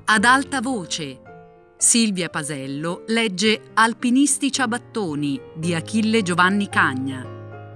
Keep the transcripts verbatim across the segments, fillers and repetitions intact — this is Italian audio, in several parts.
Ad alta voce, Silvia Pasello legge Alpinisti ciabattoni di Achille Giovanni Cagna.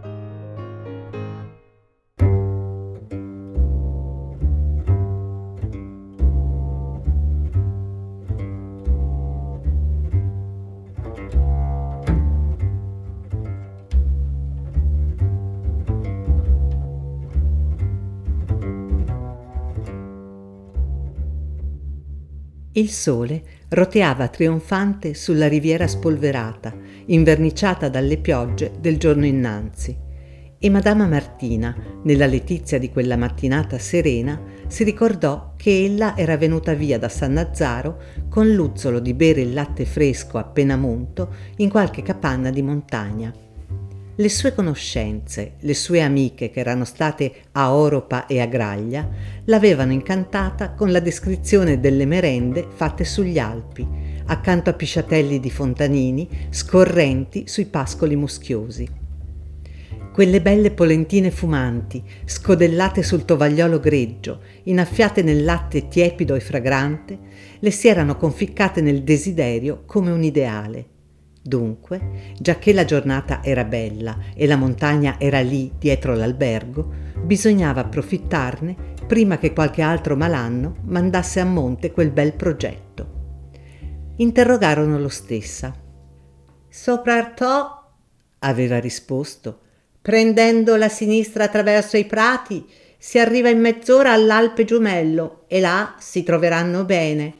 Il sole roteava trionfante sulla riviera spolverata, inverniciata dalle piogge del giorno innanzi, e Madama Martina, nella letizia di quella mattinata serena, si ricordò che ella era venuta via da Sannazzaro con l'uzzolo di bere il latte fresco appena munto in qualche capanna di montagna. Le sue conoscenze, le sue amiche che erano state a Oropa e a Graglia, l'avevano incantata con la descrizione delle merende fatte sugli Alpi, accanto a pisciatelli di fontanini scorrenti sui pascoli muschiosi. Quelle belle polentine fumanti, scodellate sul tovagliolo greggio, innaffiate nel latte tiepido e fragrante, le si erano conficcate nel desiderio come un ideale. Dunque, giacché la giornata era bella e la montagna era lì dietro l'albergo, bisognava approfittarne prima che qualche altro malanno mandasse a monte quel bel progetto. Interrogarono lo stessa. Sopra Artò, aveva risposto, prendendo la sinistra attraverso i prati, si arriva in mezz'ora all'Alpe Giumello e là si troveranno bene.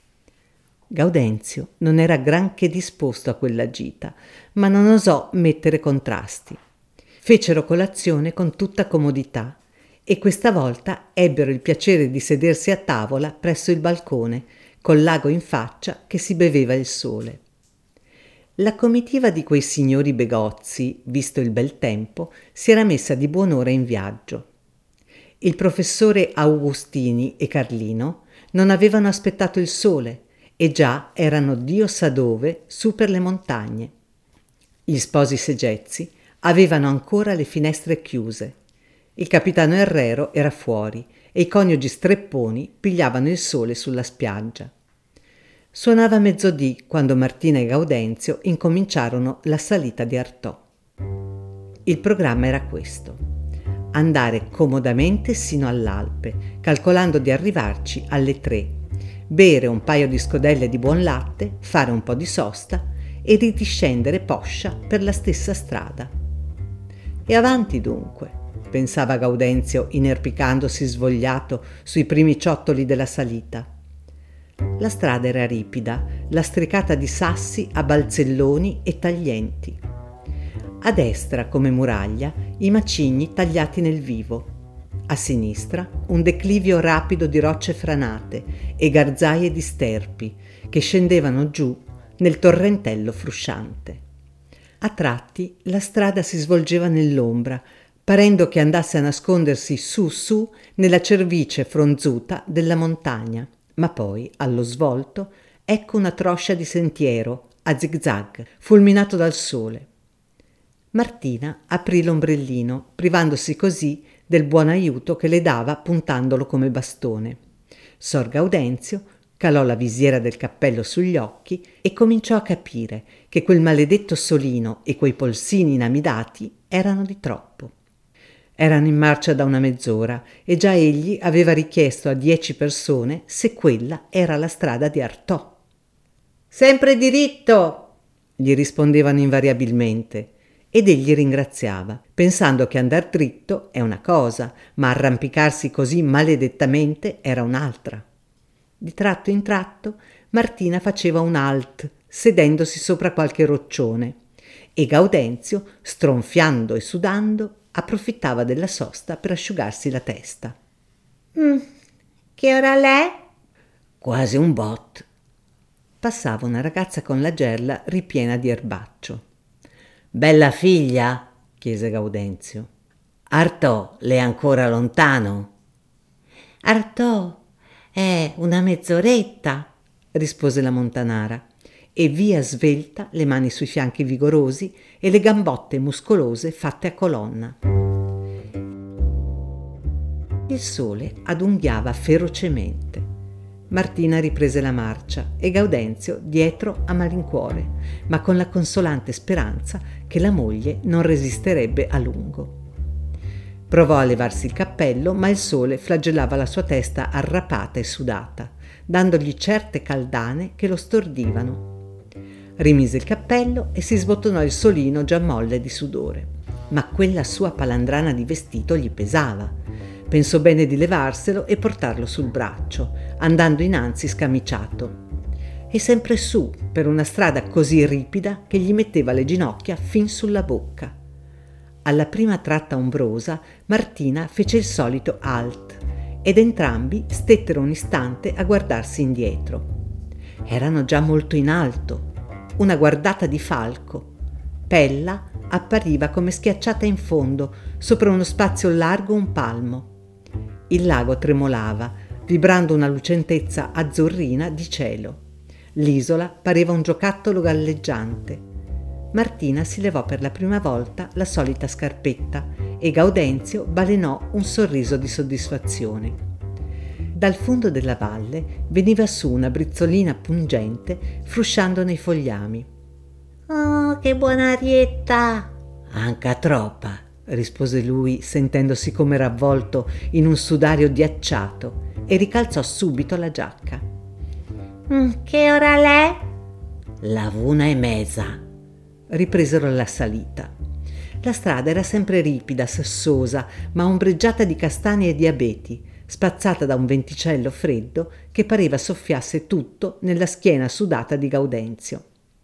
Gaudenzio non era granché disposto a quella gita, ma non osò mettere contrasti. Fecero colazione con tutta comodità e questa volta ebbero il piacere di sedersi a tavola presso il balcone, col lago in faccia che si beveva il sole. La comitiva di quei signori begozzi, visto il bel tempo, si era messa di buon'ora in viaggio. Il professore Augustini e Carlino non avevano aspettato il sole e già erano Dio sa dove su per le montagne. Gli sposi Segezzi avevano ancora le finestre chiuse. Il capitano Herrero era fuori e i coniugi Strepponi pigliavano il sole sulla spiaggia. Suonava mezzodì quando Martina e Gaudenzio incominciarono la salita di Artò. Il programma era questo: andare comodamente sino all'Alpe, calcolando di arrivarci alle tre, bere un paio di scodelle di buon latte, fare un po' di sosta e ridiscendere poscia per la stessa strada. E avanti dunque, pensava Gaudenzio inerpicandosi svogliato sui primi ciottoli della salita. La strada era ripida, lastricata di sassi a balzelloni e taglienti. A destra, come muraglia, i macigni tagliati nel vivo. A sinistra un declivio rapido di rocce franate e garzaie di sterpi che scendevano giù nel torrentello frusciante. A tratti la strada si svolgeva nell'ombra, parendo che andasse a nascondersi su su nella cervice fronzuta della montagna, ma poi, allo svolto, ecco una troscia di sentiero a zigzag, fulminato dal sole. Martina aprì l'ombrellino, privandosi così del buon aiuto che le dava puntandolo come bastone. Sor Gaudenzio calò la visiera del cappello sugli occhi e cominciò a capire che quel maledetto solino e quei polsini inamidati erano di troppo. Erano in marcia da una mezz'ora e già egli aveva richiesto a dieci persone se quella era la strada di Artò. «Sempre diritto!» gli rispondevano invariabilmente. Ed egli ringraziava, pensando che andar dritto è una cosa, ma arrampicarsi così maledettamente era un'altra. Di tratto in tratto Martina faceva un halt, sedendosi sopra qualche roccione, e Gaudenzio, stronfiando e sudando, approfittava della sosta per asciugarsi la testa. Mm, che ora l'è? Quasi un bot. Passava una ragazza con la gerla ripiena di erbaccio. «Bella figlia?» chiese Gaudenzio. «Artò le è ancora lontano?» «Artò è una mezz'oretta», rispose la montanara, e via svelta, le mani sui fianchi vigorosi e le gambotte muscolose fatte a colonna. Il sole adunghiava ferocemente. Martina riprese la marcia e Gaudenzio dietro a malincuore, ma con la consolante speranza che la moglie non resisterebbe a lungo. Provò a levarsi il cappello, ma il sole flagellava la sua testa arrapata e sudata, dandogli certe caldane che lo stordivano. Rimise il cappello e si sbottonò il solino già molle di sudore, ma quella sua palandrana di vestito gli pesava. Pensò bene di levarselo e portarlo sul braccio, andando innanzi scamiciato. E sempre su, per una strada così ripida che gli metteva le ginocchia fin sulla bocca. Alla prima tratta ombrosa, Martina fece il solito halt ed entrambi stettero un istante a guardarsi indietro. Erano già molto in alto, una guardata di falco. Pella appariva come schiacciata in fondo, sopra uno spazio largo un palmo. Il lago tremolava, vibrando una lucentezza azzurrina di cielo. L'isola pareva un giocattolo galleggiante. Martina si levò per la prima volta la solita scarpetta e Gaudenzio balenò un sorriso di soddisfazione. Dal fondo della valle veniva su una brizzolina pungente frusciando nei fogliami. «Oh, che buona arietta!» «Anca troppa», rispose lui, sentendosi come ravvolto in un sudario ghiacciato, e ricalzò subito la giacca. Mm, «Che ora l'è?» «La una e mezza», ripresero la salita. La strada era sempre ripida, sassosa, ma ombreggiata di castani e di abeti, spazzata da un venticello freddo che pareva soffiasse tutto nella schiena sudata di Gaudenzio.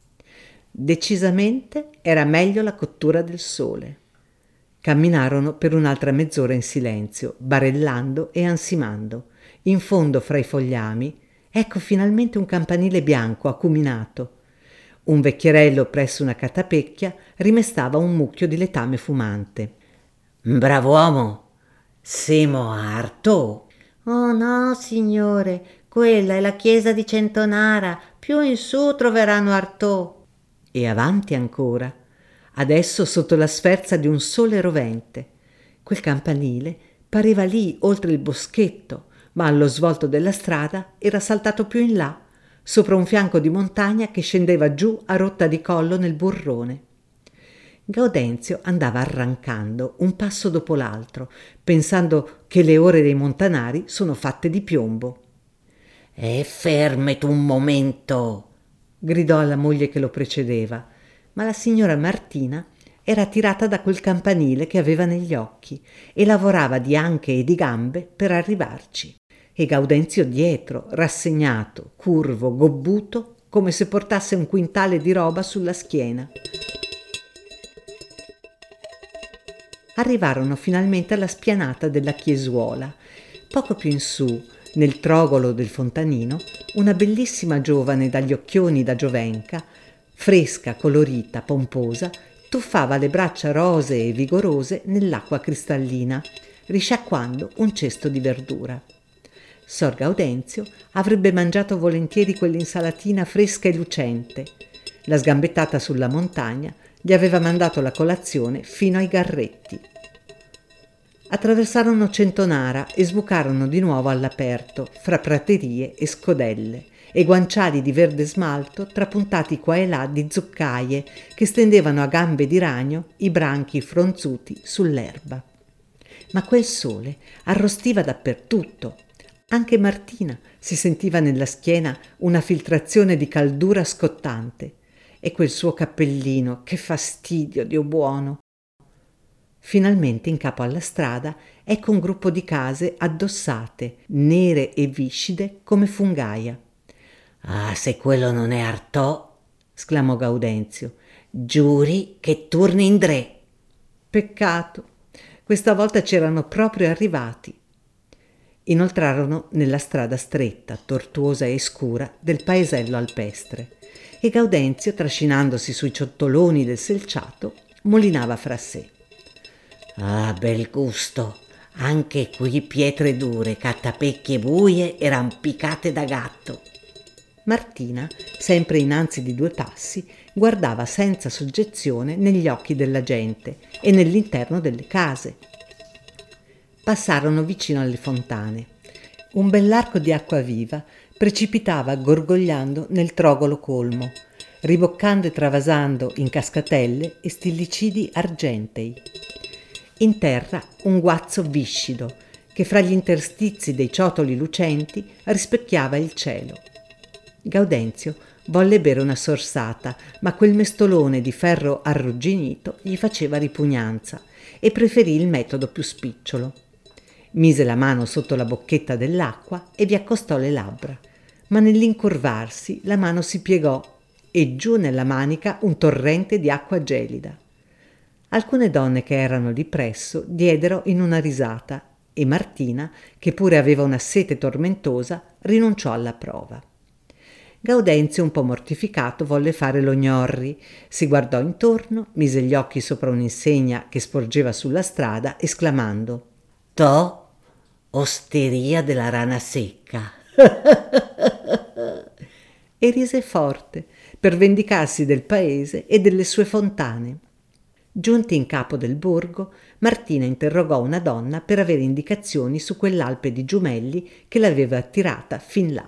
Decisamente era meglio la cottura del sole. Camminarono per un'altra mezz'ora in silenzio, barellando e ansimando. In fondo fra i fogliami, ecco finalmente un campanile bianco acuminato. Un vecchierello presso una catapecchia rimestava un mucchio di letame fumante. «Brav'uomo, siamo a Artò». «Oh no, signore, quella è la chiesa di Centonara, più in su troveranno Artò». E avanti ancora, adesso sotto la sferza di un sole rovente. Quel campanile pareva lì oltre il boschetto, ma allo svolto della strada era saltato più in là, sopra un fianco di montagna che scendeva giù a rotta di collo nel burrone. Gaudenzio andava arrancando un passo dopo l'altro, pensando che le ore dei montanari sono fatte di piombo. «E fermati un momento!» gridò alla moglie che lo precedeva, ma la signora Martina era tirata da quel campanile che aveva negli occhi e lavorava di anche e di gambe per arrivarci. E Gaudenzio dietro, rassegnato, curvo, gobbuto, come se portasse un quintale di roba sulla schiena. Arrivarono finalmente alla spianata della chiesuola. Poco più in su, nel trogolo del fontanino, una bellissima giovane dagli occhioni da giovenca, fresca, colorita, pomposa, tuffava le braccia rosee e vigorose nell'acqua cristallina, risciacquando un cesto di verdura. Sor Gaudenzio avrebbe mangiato volentieri quell'insalatina fresca e lucente. La sgambettata sulla montagna gli aveva mandato la colazione fino ai garretti. Attraversarono Centonara e sbucarono di nuovo all'aperto, fra praterie e scodelle, e guanciali di verde smalto trapuntati qua e là di zuccaie che stendevano a gambe di ragno i branchi fronzuti sull'erba. Ma quel sole arrostiva dappertutto. Anche Martina si sentiva nella schiena una filtrazione di caldura scottante. E quel suo cappellino, che fastidio, Dio buono! Finalmente in capo alla strada ecco un gruppo di case addossate, nere e viscide come fungaia. «Ah, se quello non è Artò!» sclamò Gaudenzio. «Giuri che turni in dre!» Peccato, questa volta c'erano proprio arrivati. Inoltrarono nella strada stretta, tortuosa e scura del paesello alpestre e Gaudenzio, trascinandosi sui ciottoloni del selciato, molinava fra sé. «Ah, bel gusto! Anche qui pietre dure, catapecchie buie e rampicate da gatto!» Martina, sempre innanzi di due passi, guardava senza soggezione negli occhi della gente e nell'interno delle case. Passarono vicino alle fontane. Un bell'arco di acqua viva precipitava gorgogliando nel trogolo colmo, riboccando e travasando in cascatelle e stillicidi argentei. In terra un guazzo viscido che fra gli interstizi dei ciotoli lucenti rispecchiava il cielo. Gaudenzio volle bere una sorsata, ma quel mestolone di ferro arrugginito gli faceva ripugnanza e preferì il metodo più spicciolo. Mise la mano sotto la bocchetta dell'acqua e vi accostò le labbra, ma nell'incurvarsi la mano si piegò e giù nella manica un torrente di acqua gelida. Alcune donne che erano lì presso diedero in una risata e Martina, che pure aveva una sete tormentosa, rinunciò alla prova. Gaudenzio, un po' mortificato, volle fare lo gnorri, si guardò intorno, mise gli occhi sopra un'insegna che sporgeva sulla strada, esclamando: «To, osteria della rana secca!» e rise forte per vendicarsi del paese e delle sue fontane. Giunti in capo del borgo, Martina interrogò una donna per avere indicazioni su quell'alpe di giumelli che l'aveva attirata fin là.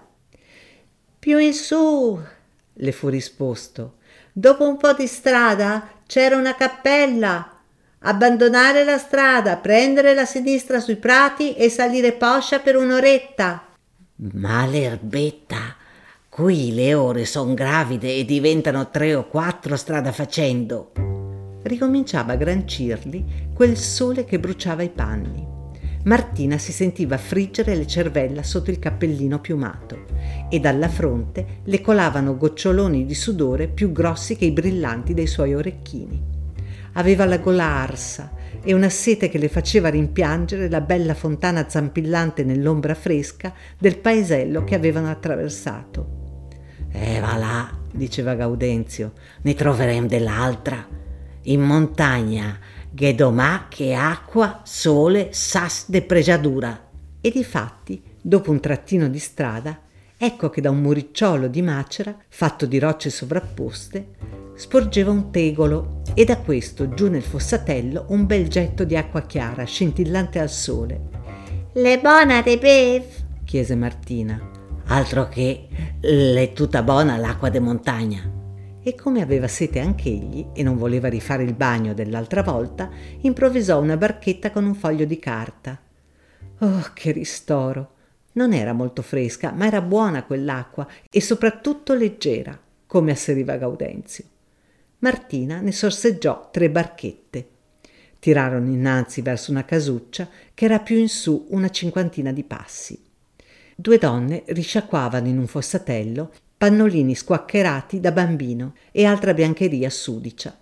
«Più in su», le fu risposto. «Dopo un po' di strada c'era una cappella. Abbandonare la strada, prendere la sinistra sui prati e salire poscia per un'oretta». «Ma l'erbetta, qui le ore son gravide e diventano tre o quattro strada facendo». Ricominciava a grancirli quel sole che bruciava i panni. Martina si sentiva friggere le cervella sotto il cappellino piumato e dalla fronte le colavano goccioloni di sudore più grossi che i brillanti dei suoi orecchini. Aveva la gola arsa e una sete che le faceva rimpiangere la bella fontana zampillante nell'ombra fresca del paesello che avevano attraversato. «E va là», diceva Gaudenzio, «ne troveremo dell'altra. In montagna, che domà che acqua, sole, sas de pregiadura». E difatti, dopo un trattino di strada, ecco che da un muricciolo di macera, fatto di rocce sovrapposte, sporgeva un tegolo e da questo giù nel fossatello un bel getto di acqua chiara, scintillante al sole. «Le bona de bev?» chiese Martina. «Altro che, l'è tutta buona l'acqua de montagna». E come aveva sete anch'egli e non voleva rifare il bagno dell'altra volta, improvvisò una barchetta con un foglio di carta. Oh, che ristoro! Non era molto fresca, ma era buona quell'acqua e soprattutto leggera, come asseriva Gaudenzio. Martina ne sorseggiò tre barchette. Tirarono innanzi verso una casuccia che era più in su una cinquantina di passi. Due donne risciacquavano in un fossatello pannolini squaccherati da bambino e altra biancheria sudicia.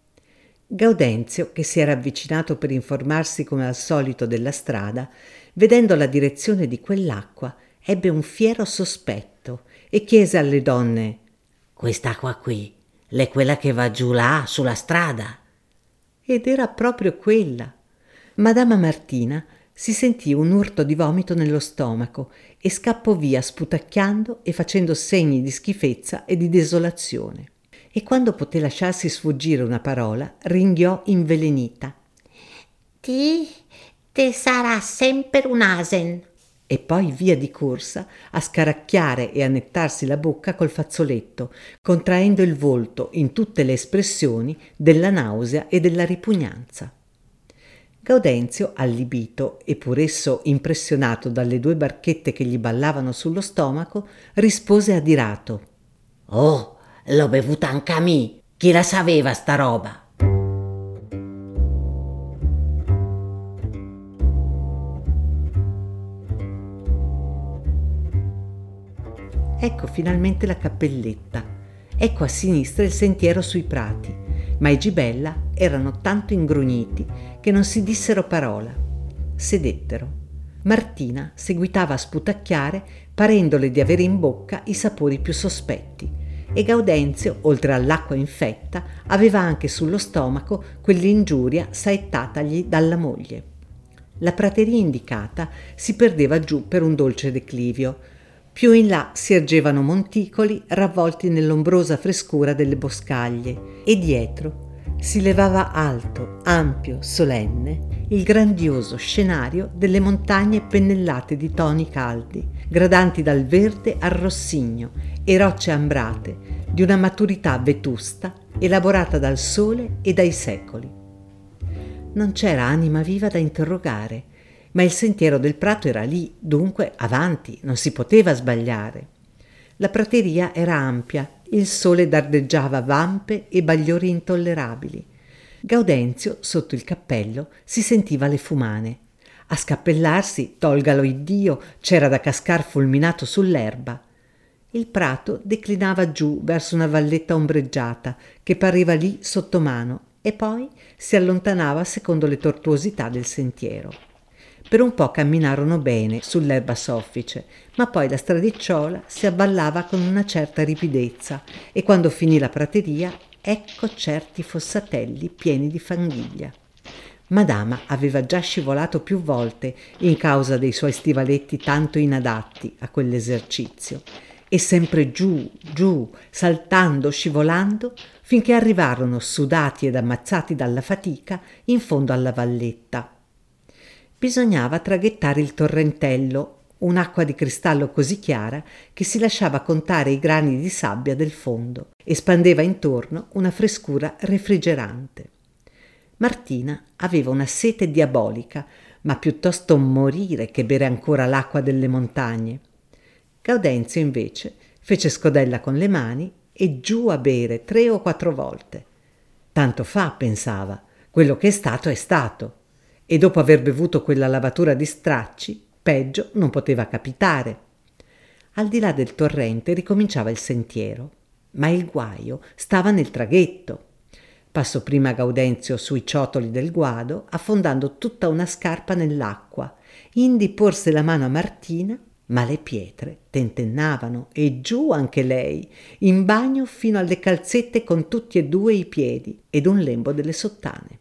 Gaudenzio, che si era avvicinato per informarsi come al solito della strada, vedendo la direzione di quell'acqua, ebbe un fiero sospetto e chiese alle donne: «Quest'acqua qui l'è quella che va giù là sulla strada?» Ed era proprio quella. Madama Martina si sentì un urto di vomito nello stomaco e scappò via sputacchiando e facendo segni di schifezza e di desolazione. E quando poté lasciarsi sfuggire una parola, ringhiò invelenita: «Ti, te sarà sempre un asen!» E poi via di corsa a scaracchiare e a nettarsi la bocca col fazzoletto, contraendo il volto in tutte le espressioni della nausea e della ripugnanza. Gaudenzio, allibito e pur esso impressionato dalle due barchette che gli ballavano sullo stomaco, rispose adirato: «Oh, l'ho bevuta anche a me! Chi la sapeva sta roba?» Ecco finalmente la cappelletta, ecco a sinistra il sentiero sui prati, ma i Gibella erano tanto ingrugniti che non si dissero parola. Sedettero. Martina seguitava a sputacchiare, parendole di avere in bocca i sapori più sospetti, e Gaudenzio, oltre all'acqua infetta, aveva anche sullo stomaco quell'ingiuria saettatagli dalla moglie. La prateria indicata si perdeva giù per un dolce declivio. Più in là si ergevano monticoli ravvolti nell'ombrosa frescura delle boscaglie e dietro si levava alto, ampio, solenne, il grandioso scenario delle montagne pennellate di toni caldi, gradanti dal verde al rossigno, e rocce ambrate, di una maturità vetusta, elaborata dal sole e dai secoli. Non c'era anima viva da interrogare, ma il sentiero del prato era lì, dunque avanti, non si poteva sbagliare. La prateria era ampia, il sole dardeggiava vampe e bagliori intollerabili. Gaudenzio, sotto il cappello, si sentiva le fumane. A scappellarsi, tolgalo Iddio, c'era da cascar fulminato sull'erba. Il prato declinava giù verso una valletta ombreggiata che pareva lì sotto mano e poi si allontanava secondo le tortuosità del sentiero. Per un po' camminarono bene sull'erba soffice, ma poi la stradicciuola si avvallava con una certa ripidezza e quando finì la prateria, ecco certi fossatelli pieni di fanghiglia. Madama aveva già scivolato più volte in causa dei suoi stivaletti tanto inadatti a quell'esercizio, e sempre giù, giù, saltando, scivolando, finché arrivarono, sudati ed ammazzati dalla fatica, in fondo alla valletta. Bisognava traghettare il torrentello, un'acqua di cristallo così chiara che si lasciava contare i grani di sabbia del fondo e spandeva intorno una frescura refrigerante. Martina aveva una sete diabolica, ma piuttosto morire che bere ancora l'acqua delle montagne. Gaudenzio invece fece scodella con le mani e giù a bere tre o quattro volte. Tanto fa, pensava, quello che è stato è stato, e dopo aver bevuto quella lavatura di stracci, peggio non poteva capitare. Al di là del torrente ricominciava il sentiero, ma il guaio stava nel traghetto. Passò prima Gaudenzio sui ciotoli del guado, affondando tutta una scarpa nell'acqua. Indi porse la mano a Martina, ma le pietre tentennavano e giù anche lei, in bagno fino alle calzette con tutti e due i piedi ed un lembo delle sottane.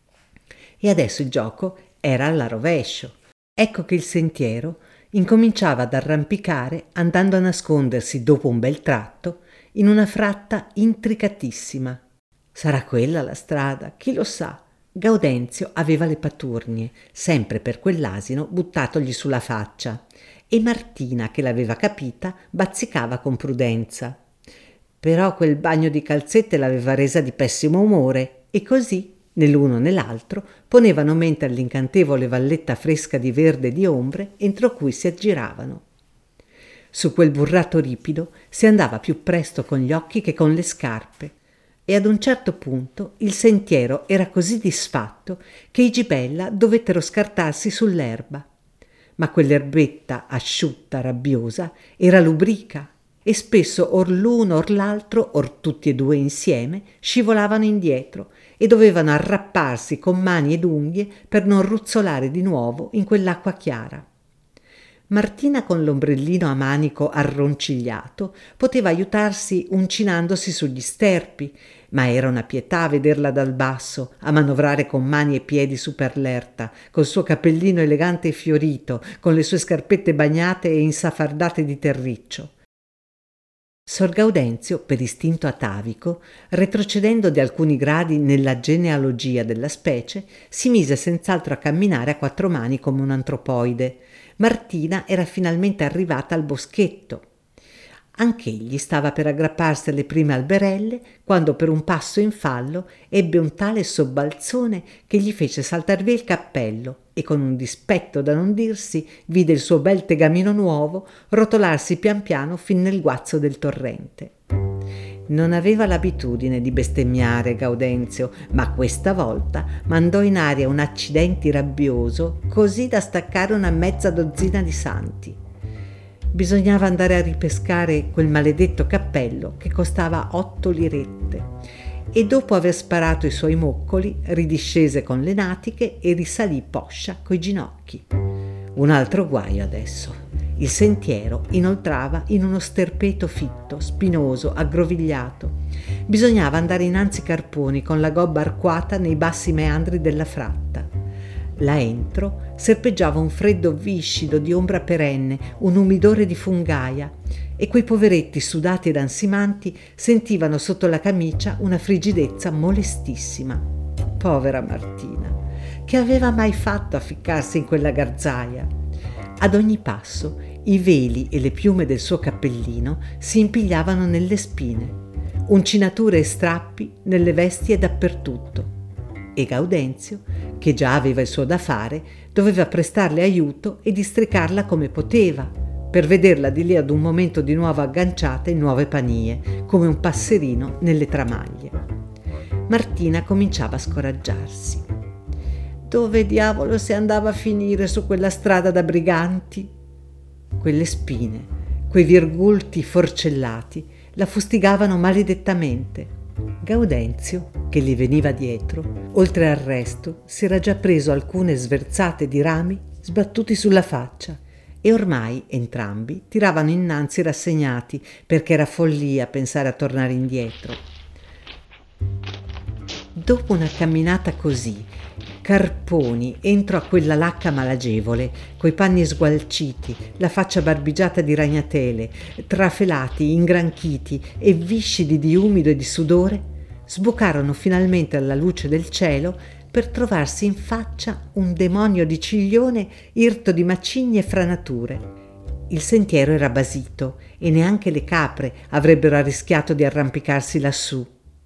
E adesso il gioco era alla rovescio. Ecco che il sentiero incominciava ad arrampicare, andando a nascondersi dopo un bel tratto in una fratta intricatissima. Sarà quella la strada, chi lo sa? Gaudenzio aveva le paturnie, sempre per quell'asino buttatogli sulla faccia, e Martina, che l'aveva capita, bazzicava con prudenza. Però quel bagno di calzette l'aveva resa di pessimo umore, e così, né l'uno né l'altro, ponevano mente all'incantevole valletta fresca di verde e di ombre entro cui si aggiravano. Su quel burrato ripido si andava più presto con gli occhi che con le scarpe, e ad un certo punto il sentiero era così disfatto che i Gibella dovettero scartarsi sull'erba. Ma quell'erbetta asciutta, rabbiosa, era lubrica, e spesso or l'uno or l'altro, or tutti e due insieme, scivolavano indietro e dovevano arrapparsi con mani ed unghie per non ruzzolare di nuovo in quell'acqua chiara. Martina, con l'ombrellino a manico arroncigliato, poteva aiutarsi uncinandosi sugli sterpi, ma era una pietà vederla dal basso, a manovrare con mani e piedi su per l'erta, col suo cappellino elegante e fiorito, con le sue scarpette bagnate e insafardate di terriccio. Sor Gaudenzio, per istinto atavico, retrocedendo di alcuni gradi nella genealogia della specie, si mise senz'altro a camminare a quattro mani come un antropoide. Martina era finalmente arrivata al boschetto. Anch'egli stava per aggrapparsi alle prime alberelle quando per un passo in fallo ebbe un tale sobbalzone che gli fece saltar via il cappello e con un dispetto da non dirsi vide il suo bel tegamino nuovo rotolarsi pian piano fin nel guazzo del torrente. Non aveva l'abitudine di bestemmiare Gaudenzio, ma questa volta mandò in aria un accidenti rabbioso così da staccare una mezza dozzina di santi. Bisognava andare a ripescare quel maledetto cappello che costava otto lirette e dopo aver sparato i suoi moccoli ridiscese con le natiche e risalì poscia coi ginocchi. Un altro guaio adesso. Il sentiero inoltrava in uno sterpeto fitto, spinoso, aggrovigliato. Bisognava andare innanzi carponi con la gobba arcuata nei bassi meandri della fratta. Là entro serpeggiava un freddo viscido di ombra perenne, un umidore di fungaia, e quei poveretti sudati ed ansimanti sentivano sotto la camicia una frigidezza molestissima. Povera Martina, che aveva mai fatto a ficcarsi in quella garzaia? Ad ogni passo i veli e le piume del suo cappellino si impigliavano nelle spine, uncinature e strappi nelle vesti e dappertutto. E Gaudenzio, che già aveva il suo da fare, doveva prestarle aiuto e districarla come poteva, per vederla di lì ad un momento di nuovo agganciata in nuove panie, come un passerino nelle tramaglie. Martina cominciava a scoraggiarsi. Dove diavolo si andava a finire su quella strada da briganti? Quelle spine, quei virgulti forcellati, la fustigavano maledettamente. Gaudenzio, che gli veniva dietro, oltre al resto, si era già preso alcune sverzate di rami sbattuti sulla faccia e ormai entrambi tiravano innanzi rassegnati, perché era follia pensare a tornare indietro. Dopo una camminata così, Carponi entrò a quella lacca malagevole, coi panni sgualciti, la faccia barbigiata di ragnatele, trafelati, ingranchiti e viscidi di umido e di sudore, sbucarono finalmente alla luce del cielo per trovarsi in faccia un demonio di ciglione irto di macigni e franature. Il sentiero era basito e neanche le capre avrebbero arrischiato di arrampicarsi lassù.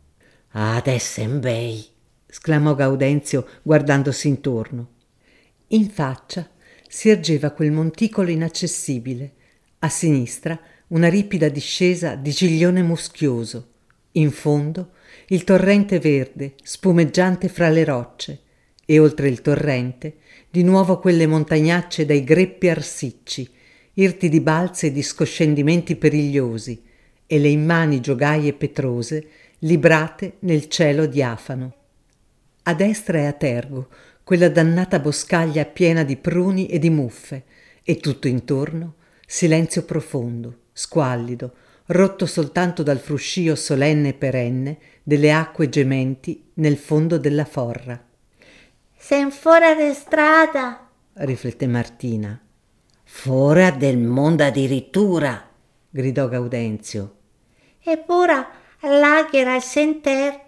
«Adesso è bei!» esclamò Gaudenzio guardandosi intorno. In faccia si ergeva quel monticolo inaccessibile, a sinistra una ripida discesa di ciglione muschioso, in fondo il torrente verde spumeggiante fra le rocce e oltre il torrente di nuovo quelle montagnacce dai greppi arsicci, irti di balze e di scoscendimenti perigliosi, e le immani giogaie petrose librate nel cielo diafano. A destra e a tergo quella dannata boscaglia piena di pruni e di muffe, e tutto intorno silenzio profondo, squallido, rotto soltanto dal fruscio solenne e perenne delle acque gementi nel fondo della forra. «Sen fora de strada», riflette Martina. «Fora del mondo addirittura», gridò Gaudenzio. «Eppure là che era il senter».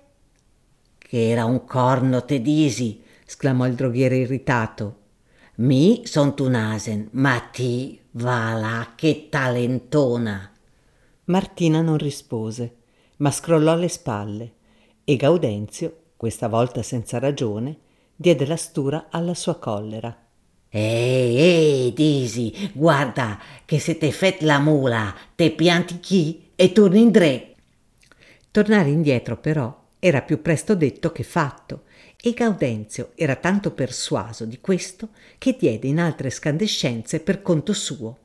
«Che era un corno te disi», esclamò il droghiere irritato. «Mi son tu nasen, ma ti va là che talentona». Martina non rispose, ma scrollò le spalle e Gaudenzio, questa volta senza ragione, diede la stura alla sua collera. «Ehi, ehi, disi, guarda che se te fet la mula, te pianti chi e torni indre». Tornare indietro però era più presto detto che fatto, e Gaudenzio era tanto persuaso di questo che diede in altre scandescenze per conto suo.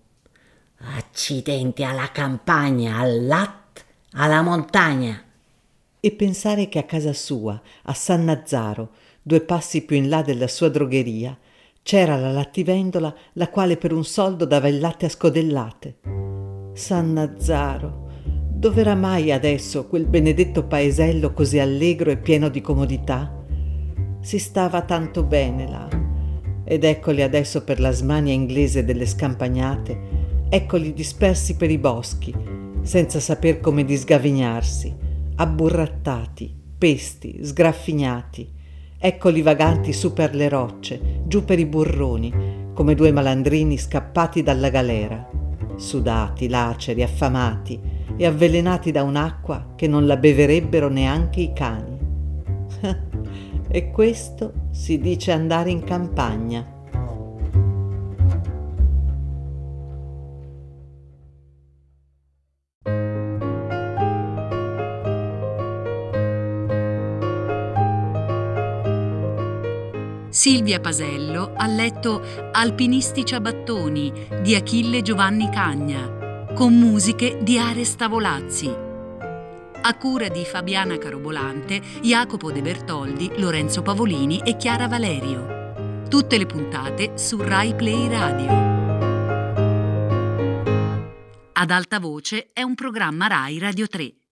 «Accidenti alla campagna, al lat, alla montagna!» E pensare che a casa sua, a San Nazzaro, due passi più in là della sua drogheria, c'era la lattivendola la quale per un soldo dava il latte a scodellate. San Nazzaro, dov'era mai adesso quel benedetto paesello così allegro e pieno di comodità? Si stava tanto bene là, ed eccoli adesso per la smania inglese delle scampagnate, eccoli dispersi per i boschi, senza saper come disgavignarsi, abburrattati, pesti, sgraffignati. Eccoli vaganti su per le rocce, giù per i burroni, come due malandrini scappati dalla galera, sudati, laceri, affamati e avvelenati da un'acqua che non la beverebbero neanche i cani. E questo si dice andare in campagna. Silvia Pasello ha letto Alpinisti ciabattoni di Achille Giovanni Cagna, con musiche di Ares Tavolazzi. A cura di Fabiana Carobolante, Jacopo De Bertoldi, Lorenzo Pavolini e Chiara Valerio. Tutte le puntate su Rai Play Radio. Ad alta voce è un programma Rai Radio tre.